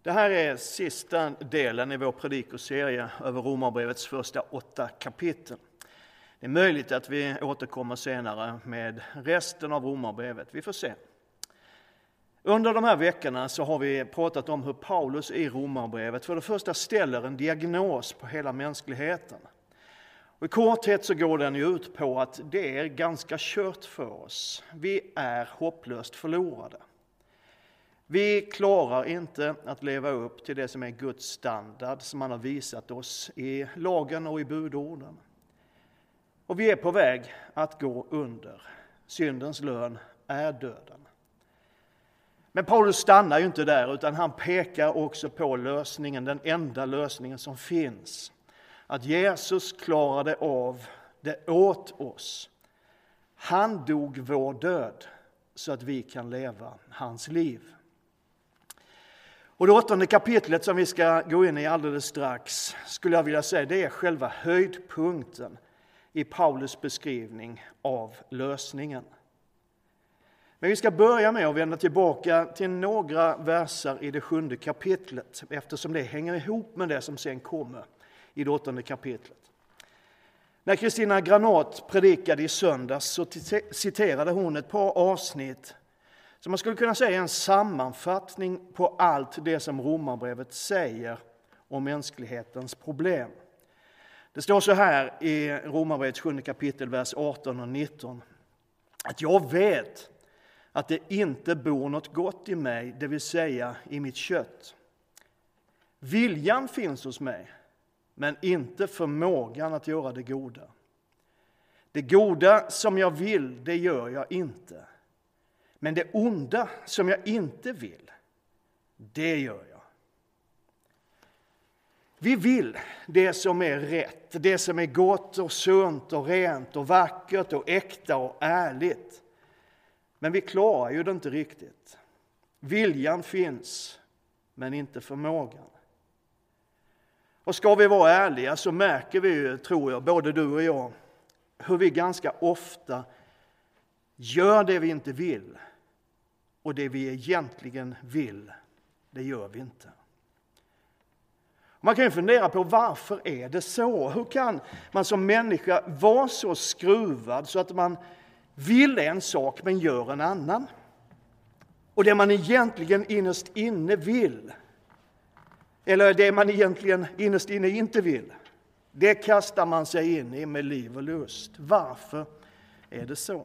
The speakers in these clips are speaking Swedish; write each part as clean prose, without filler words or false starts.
Det här är sista delen i vår predikoserie över Romarbrevets första 8 kapitel. Det är möjligt att vi återkommer senare med resten av Romarbrevet. Vi får se. Under de här veckorna så har vi pratat om hur Paulus i Romarbrevet för det första ställer en diagnos på hela mänskligheten. Och i korthet så går den ju ut på att det är ganska kört för oss. Vi är hopplöst förlorade. Vi klarar inte att leva upp till det som är Guds standard som han har visat oss i lagen och i budorden. Och vi är på väg att gå under. Syndens lön är döden. Men Paulus stannar ju inte där, utan han pekar också på lösningen, den enda lösningen som finns. Att Jesus klarade av det åt oss. Han dog vår död så att vi kan leva hans liv. Och det 8:e kapitlet som vi ska gå in i alldeles strax, skulle jag vilja säga, det är själva höjdpunkten i Paulus beskrivning av lösningen. Men vi ska börja med att vända tillbaka till några verser i det 7:e kapitlet, eftersom det hänger ihop med det som sen kommer i det 8:e kapitlet. När Kristina Granat predikade i söndags så citerade hon ett par avsnitt som man skulle kunna säga är en sammanfattning på allt det som Romarbrevet säger om mänsklighetens problem. Det står så här i Romarbrevets 7:e kapitel, vers 18 och 19. Att jag vet att det inte bor något gott i mig, det vill säga i mitt kött. Viljan finns hos mig, men inte förmågan att göra det goda. Det goda som jag vill, det gör jag inte. Men det onda som jag inte vill, det gör jag. Vi vill det som är rätt, det som är gott och sunt och rent och vackert och äkta och ärligt. Men vi klarar ju det inte riktigt. Viljan finns, men inte förmågan. Och ska vi vara ärliga så märker vi ju, tror jag, både du och jag, hur vi ganska ofta gör det vi inte vill. Och det vi egentligen vill, det gör vi inte. Man kan ju fundera på varför är det så? Hur kan man som människa vara så skruvad så att man vill en sak men gör en annan? Och det man egentligen innerst inne vill, eller det man egentligen innerst inne inte vill, det kastar man sig in i med liv och lust. Varför är det så?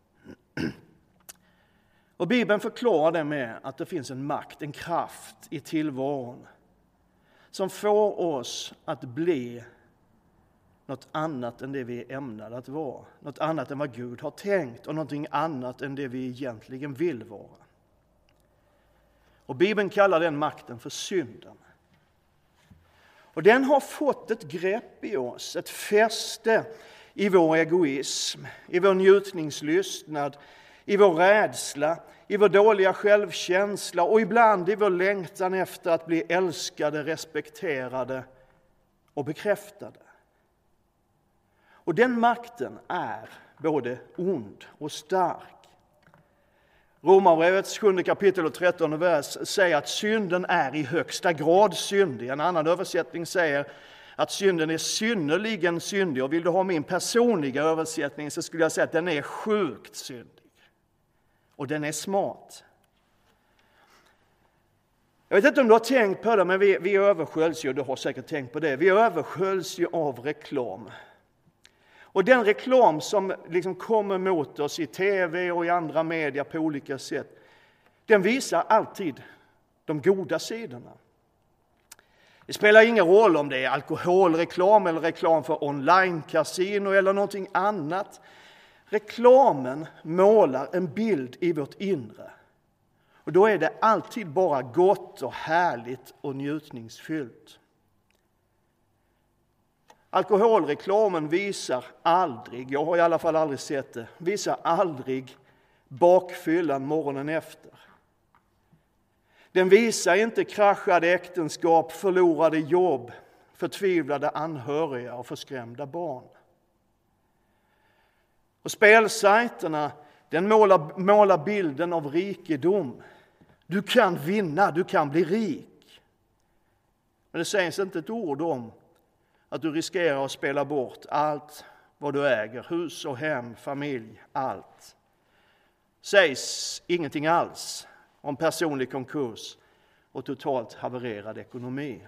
Och Bibeln förklarar det med att det finns en makt, en kraft i tillvaron som får oss att bli något annat än det vi är ämnade att vara. Något annat än vad Gud har tänkt och någonting annat än det vi egentligen vill vara. Och Bibeln kallar den makten för synden. Och den har fått ett grepp i oss, ett fäste i vår egoism, i vår njutningslystnad, i vår rädsla, i vår dåliga självkänsla och ibland i vår längtan efter att bli älskade, respekterade och bekräftade. Och den makten är både ond och stark. Romarbrevets 7:e kapitel och 13:e vers säger att synden är i högsta grad syndig. En annan översättning säger att synden är synnerligen syndig. Och vill du ha min personliga översättning så skulle jag säga att den är sjukt syndig. Och den är smart. Jag vet inte om du har tänkt på det, men vi översköljs ju, du har säkert tänkt på det, vi översköljs ju av reklam. Och den reklam som liksom kommer mot oss i tv och i andra medier på olika sätt, den visar alltid de goda sidorna. Det spelar ingen roll om det är alkoholreklam eller reklam för online-casino eller någonting annat. Reklamen målar en bild i vårt inre. Och då är det alltid bara gott och härligt och njutningsfyllt. Alkoholreklamen visar aldrig, jag har i alla fall aldrig sett det, visar aldrig bakfyllan morgonen efter. Den visar inte kraschade äktenskap, förlorade jobb, förtvivlade anhöriga och förskrämda barn. Och spelsajterna, den målar bilden av rikedom. Du kan vinna, du kan bli rik. Men det sägs inte ett ord om att du riskerar att spela bort allt vad du äger, hus och hem, familj, allt. Sägs ingenting alls om personlig konkurs och totalt havererad ekonomi.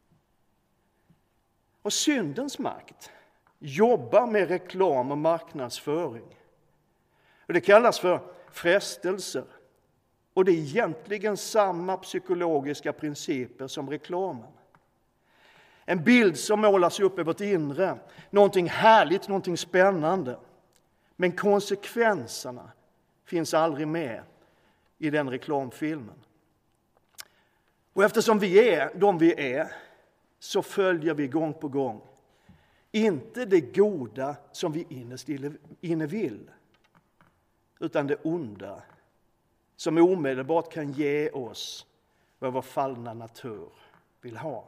Och syndens makt jobbar med reklam och marknadsföring. Och det kallas för frestelser. Och det är egentligen samma psykologiska principer som reklamen. En bild som målas upp i vårt inre, någonting härligt, någonting spännande. Men konsekvenserna finns aldrig med i den reklamfilmen. Och eftersom vi är de vi är, så följer vi gång på gång inte det goda som vi innerst inne vill, utan det onda som omedelbart kan ge oss vad vår fallna natur vill ha.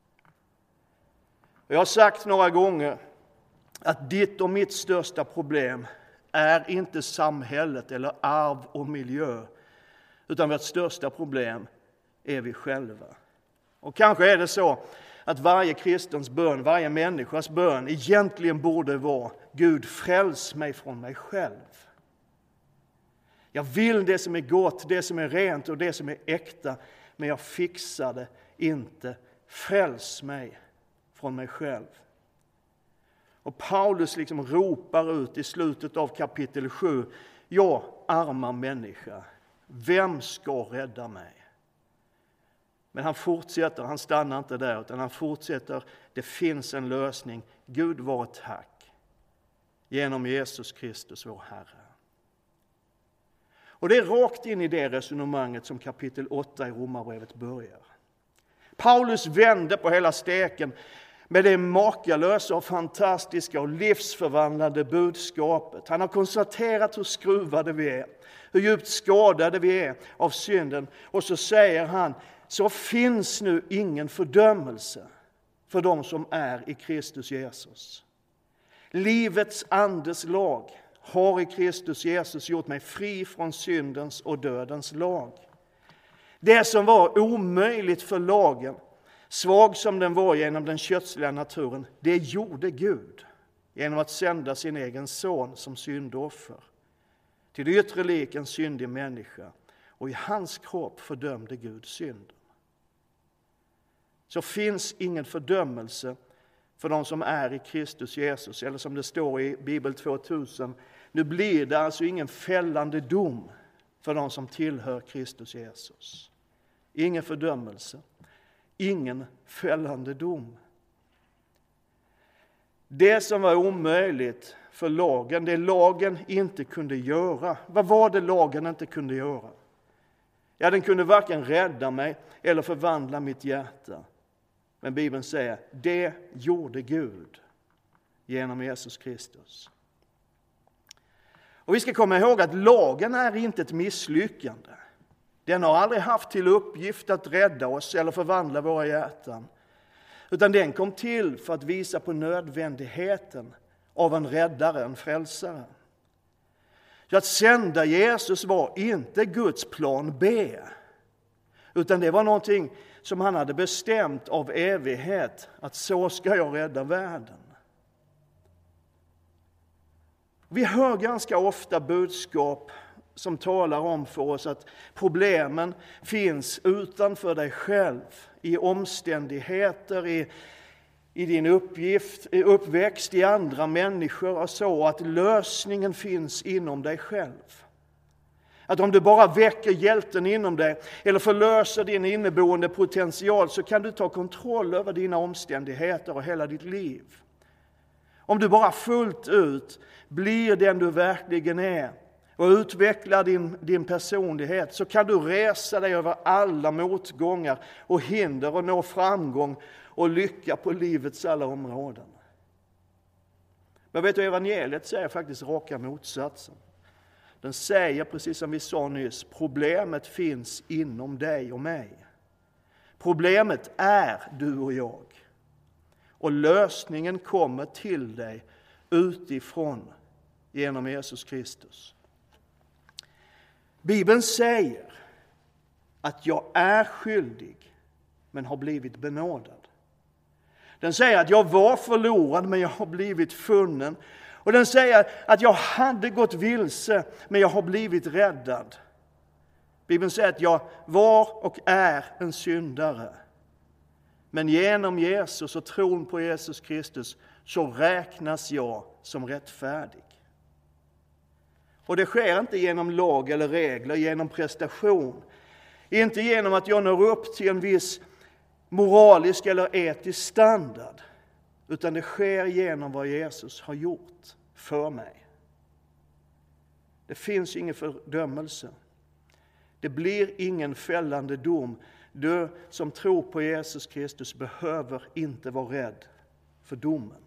Jag har sagt några gånger att ditt och mitt största problem är inte samhället eller arv och miljö, utan vårt största problem är vi själva. Och kanske är det så att varje kristens bön, varje människas bön egentligen borde vara: Gud, fräls mig från mig själv. Jag vill det som är gott, det som är rent och det som är äkta, men jag fixar det inte. Fräls mig från mig själv. Och Paulus liksom ropar ut i slutet av kapitel 7: Ja, arma människa, vem ska rädda mig? Men han fortsätter, han stannar inte där, utan han fortsätter: det finns en lösning. Gud var tack, genom Jesus Kristus vår Herre. Och det är rakt in i det resonemanget som kapitel 8 i Romarbrevet börjar. Paulus vände på hela steken med det makalösa och fantastiska och livsförvandlande budskapet. Han har konstaterat hur skruvade vi är, hur djupt skadade vi är av synden. Och så säger han: så finns nu ingen fördömelse för de som är i Kristus Jesus. Livets andes lag har i Kristus Jesus gjort mig fri från syndens och dödens lag. Det som var omöjligt för lagen, svag som den var genom den kötsliga naturen, det gjorde Gud genom att sända sin egen son som syndoffer. Till det yttre lik en syndig människa, och i hans kropp fördömde Gud synden. Så finns ingen fördömelse för de som är i Kristus Jesus, eller som det står i Bibel 2000, nu blir det alltså ingen fällande dom för de som tillhör Kristus Jesus. Ingen fördömelse, ingen fällande dom. Det som var omöjligt för lagen, det lagen inte kunde göra. Vad var det lagen inte kunde göra? Ja, den kunde varken rädda mig eller förvandla mitt hjärta. Men Bibeln säger: det gjorde Gud genom Jesus Kristus. Och vi ska komma ihåg att lagen är inte ett misslyckande. Den har aldrig haft till uppgift att rädda oss eller förvandla våra hjärtan. Utan den kom till för att visa på nödvändigheten av en räddare, en frälsare. Så att sända Jesus var inte Guds plan B. Utan det var någonting som han hade bestämt av evighet, att så ska jag rädda världen. Vi hör ganska ofta budskap som talar om för oss att problemen finns utanför dig själv, i omständigheter, i din uppväxt, i andra människor och så, att lösningen finns inom dig själv. Att om du bara väcker hjälten inom dig eller förlöser din inneboende potential, så kan du ta kontroll över dina omständigheter och hela ditt liv. Om du bara fullt ut blir den du verkligen är och utvecklar din personlighet, så kan du resa dig över alla motgångar och hinder och nå framgång och lycka på livets alla områden. Men vet du, evangeliet säger faktiskt raka motsatsen. Den säger, precis som vi sa nyss, problemet finns inom dig och mig. Problemet är du och jag. Och lösningen kommer till dig utifrån genom Jesus Kristus. Bibeln säger att jag är skyldig men har blivit benådad. Den säger att jag var förlorad, men jag har blivit funnen. Och den säger att jag hade gått vilse, men jag har blivit räddad. Bibeln säger att jag var och är en syndare. Men genom Jesus och tron på Jesus Kristus så räknas jag som rättfärdig. Och det sker inte genom lag eller regler, genom prestation. Inte genom att jag når upp till en viss moralisk eller etisk standard. Utan det sker genom vad Jesus har gjort för mig. Det finns ingen fördömelse. Det blir ingen fällande dom. Du som tror på Jesus Kristus behöver inte vara rädd för domen.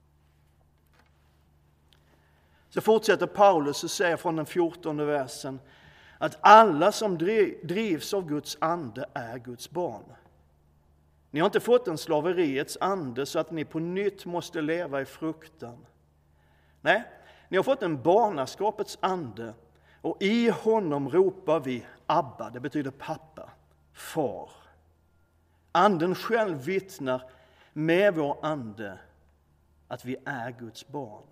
Så fortsätter Paulus och säger från den 14:e versen att alla som drivs av Guds ande är Guds barn. Ni har inte fått en slaveriets ande så att ni på nytt måste leva i fruktan. Nej, ni har fått en barnaskapets ande och i honom ropar vi Abba, det betyder pappa, far. Anden själv vittnar med vår ande att vi är Guds barn.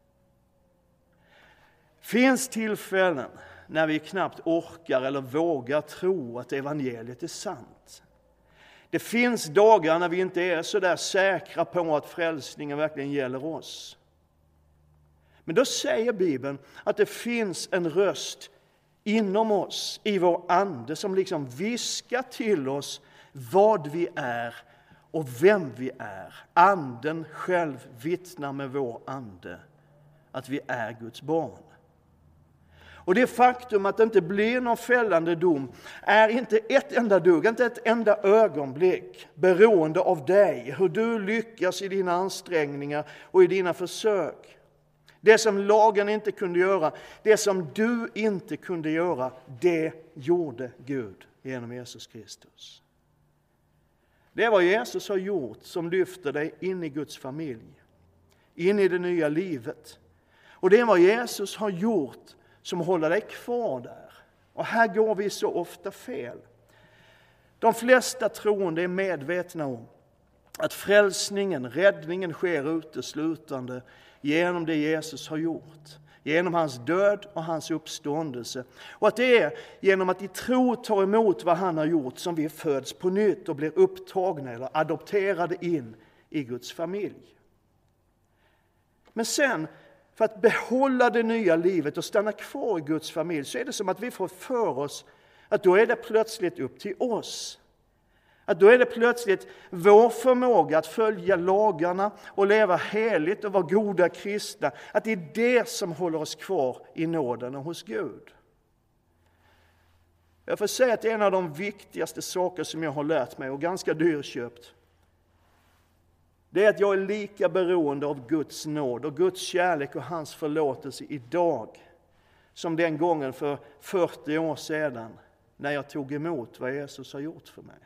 Finns tillfällen när vi knappt orkar eller vågar tro att evangeliet är sant. Det finns dagar när vi inte är så där säkra på att frälsningen verkligen gäller oss. Men då säger Bibeln att det finns en röst inom oss, i vår ande, som liksom viskar till oss vad vi är och vem vi är. Anden själv vittnar med vår ande att vi är Guds barn. Och det faktum att det inte blir någon fällande dom är inte ett enda dugg, inte ett enda ögonblick beroende av dig, hur du lyckas i dina ansträngningar och i dina försök. Det som lagen inte kunde göra, det som du inte kunde göra, det gjorde Gud genom Jesus Kristus. Det är vad Jesus har gjort som lyfter dig in i Guds familj, in i det nya livet. Och det är vad Jesus har gjort som håller dig kvar där. Och här går vi så ofta fel. De flesta troende är medvetna om att frälsningen, räddningen sker uteslutande genom det Jesus har gjort. Genom hans död och hans uppståndelse. Och att det är genom att i tro ta emot vad han har gjort som vi föds på nytt och blir upptagna eller adopterade in i Guds familj. Men sen, för att behålla det nya livet och stanna kvar i Guds familj, så är det som att vi får för oss att då är det plötsligt upp till oss. Att då är det plötsligt vår förmåga att följa lagarna och leva heligt och vara goda kristna. Att det är det som håller oss kvar i nåden och hos Gud. Jag får säga att det är en av de viktigaste saker som jag har lärt mig och ganska dyrköpt. Det är att jag är lika beroende av Guds nåd och Guds kärlek och hans förlåtelse idag som den gången för 40 år sedan när jag tog emot vad Jesus har gjort för mig.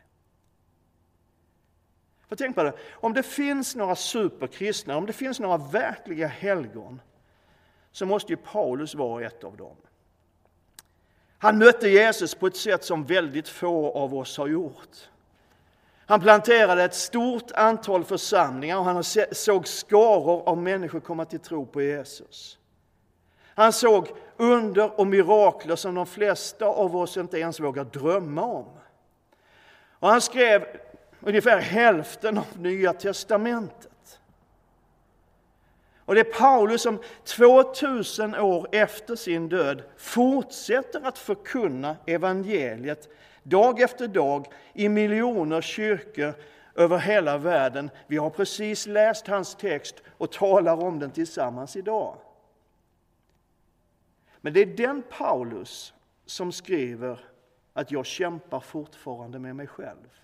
För tänk på det, om det finns några superkristna, om det finns några verkliga helgon, så måste ju Paulus vara ett av dem. Han mötte Jesus på ett sätt som väldigt få av oss har gjort. Han planterade ett stort antal församlingar och han såg skaror av människor komma till tro på Jesus. Han såg under och mirakler som de flesta av oss inte ens vågar drömma om. Och han skrev ungefär hälften av Nya testamentet. Och det är Paulus som 2000 år efter sin död fortsätter att förkunna evangeliet dag efter dag i miljoner kyrkor över hela världen. Vi har precis läst hans text och talar om den tillsammans idag. Men det är den Paulus som skriver att jag kämpar fortfarande med mig själv.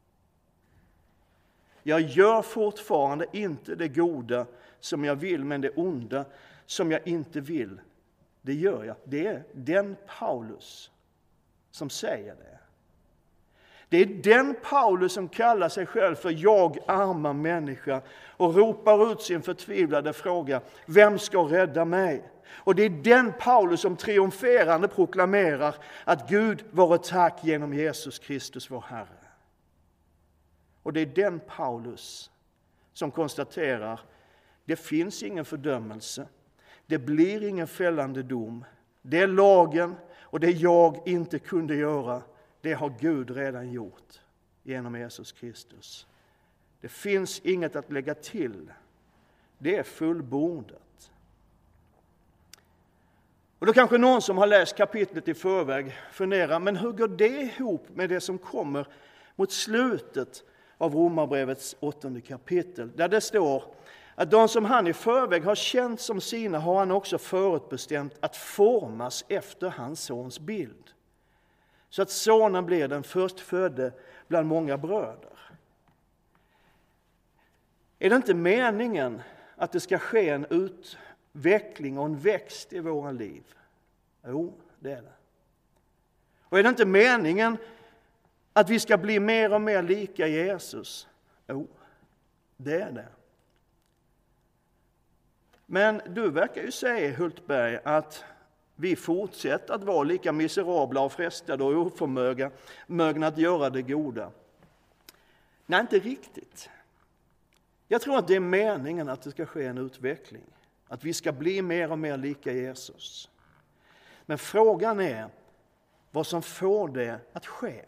Jag gör fortfarande inte det goda som jag vill, men det onda som jag inte vill, det gör jag. Det är den Paulus som säger det. Det är den Paulus som kallar sig själv för jag arma människa och ropar ut sin förtvivlade fråga, vem ska rädda mig? Och det är den Paulus som triumferande proklamerar att Gud vare tack genom Jesus Kristus vår Herre. Och det är den Paulus som konstaterar: det finns ingen fördömelse. Det blir ingen fällande dom. Det lagen och det jag inte kunde göra, det har Gud redan gjort genom Jesus Kristus. Det finns inget att lägga till. Det är fullbordat. Och då kanske någon som har läst kapitlet i förväg funderar: men hur går det ihop med det som kommer mot slutet av Romarbrevets 8:e kapitel? Där det står att de som han i förväg har känt som sina har han också förutbestämt att formas efter hans sons bild. Så att sonen blir den förstfödde bland många bröder. Är det inte meningen att det ska ske en utveckling och en växt i våra liv? Jo, det är det. Och är det inte meningen att vi ska bli mer och mer lika Jesus? Jo, det är det. Men du verkar ju säga, Hultberg, att vi fortsätter att vara lika miserabla och frestade och oförmögna att göra det goda. Nej, inte riktigt. Jag tror att det är meningen att det ska ske en utveckling. Att vi ska bli mer och mer lika Jesus. Men frågan är vad som får det att ske.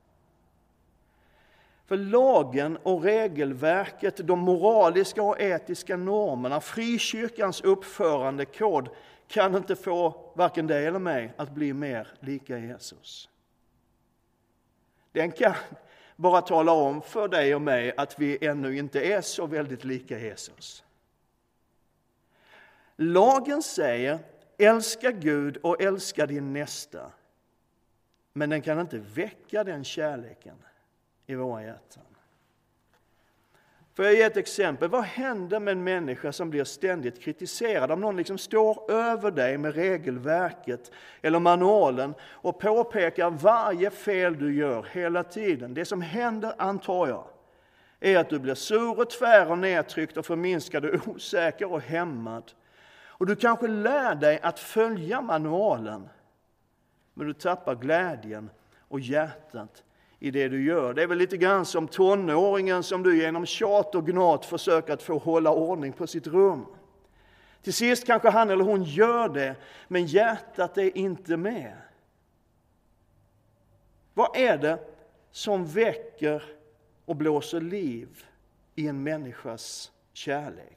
För lagen och regelverket, de moraliska och etiska normerna, frikyrkans uppförandekod kan inte få varken dig eller mig att bli mer lika Jesus. Den kan bara tala om för dig och mig att vi ännu inte är så väldigt lika Jesus. Lagen säger: älska Gud och älska din nästa. Men den kan inte väcka den kärleken i våra hjärtan. Får jag ge ett exempel? Vad händer med en människa som blir ständigt kritiserad? Om någon liksom står över dig med regelverket eller manualen och påpekar varje fel du gör hela tiden. Det som händer, antar jag, är att du blir sur och tvär och nedtryckt och förminskad och osäker och hämmad. Och du kanske lär dig att följa manualen, men du tappar glädjen och hjärtat i det du gör. Det är väl lite grann som tonåringen som du genom tjat och gnat försöker att få hålla ordning på sitt rum. Till sist kanske han eller hon gör det, men hjärtat är inte med. Vad är det som väcker och blåser liv i en människas kärlek?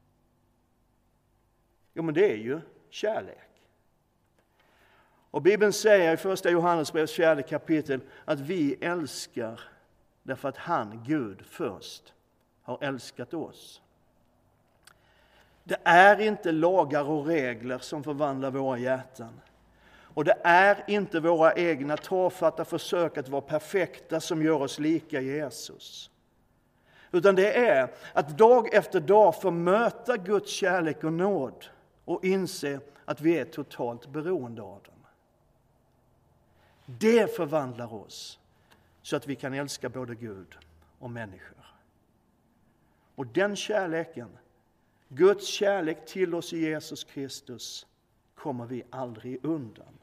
Jo, men det är ju kärlek. Och Bibeln säger i första Johannesbrevs 4:e kapitel att vi älskar därför att han, Gud, först har älskat oss. Det är inte lagar och regler som förvandlar våra hjärtan. Och det är inte våra egna tafatta försök att vara perfekta som gör oss lika Jesus. Utan det är att dag efter dag få möta Guds kärlek och nåd och inse att vi är totalt beroende av den. Det förvandlar oss så att vi kan älska både Gud och människor. Och den kärleken, Guds kärlek till oss i Jesus Kristus, kommer vi aldrig undan.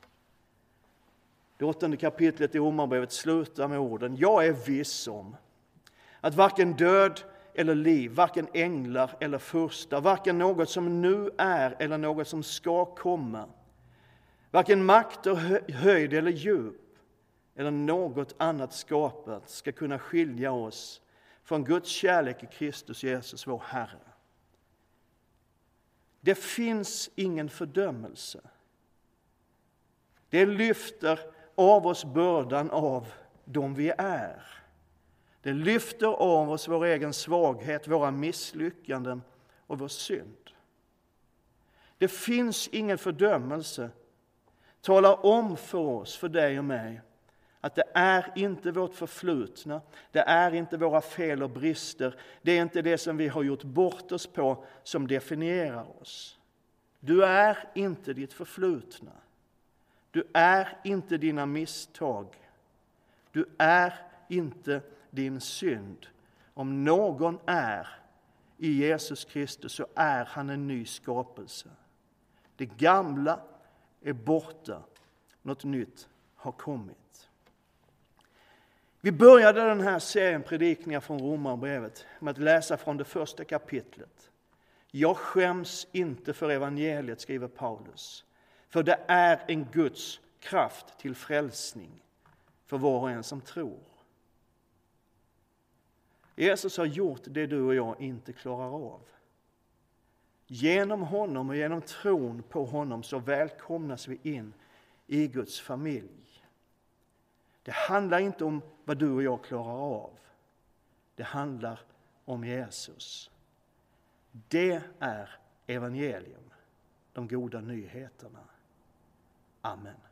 Det 8:e kapitlet i Romarbrevet slutar med orden: jag är viss om att varken död eller liv, varken änglar eller furstar, varken något som nu är eller något som ska komma, varken makt och höjd eller djup eller något annat skapat ska kunna skilja oss från Guds kärlek i Kristus Jesus, vår Herre. Det finns ingen fördömelse. Det lyfter av oss bördan av dem vi är. Det lyfter av oss vår egen svaghet, våra misslyckanden och vår synd. Det finns ingen fördömelse. Talar om för oss, för dig och mig, att det är inte vårt förflutna, det är inte våra fel och brister, det är inte det som vi har gjort bort oss på som definierar oss. Du är inte ditt förflutna. Du är inte dina misstag. Du är inte din synd. Om någon är i Jesus Kristus så är han en ny skapelse. Det gamla är borta, något nytt har kommit. Vi började den här serien predikningar från Romarbrevet med att läsa från det första kapitlet. Jag skäms inte för evangeliet, skriver Paulus, för det är en Guds kraft till frälsning för var och en som tror. Jesus har gjort det du och jag inte klarar av. Genom honom och genom tron på honom så välkomnas vi in i Guds familj. Det handlar inte om vad du och jag klarar av. Det handlar om Jesus. Det är evangelium, de goda nyheterna. Amen.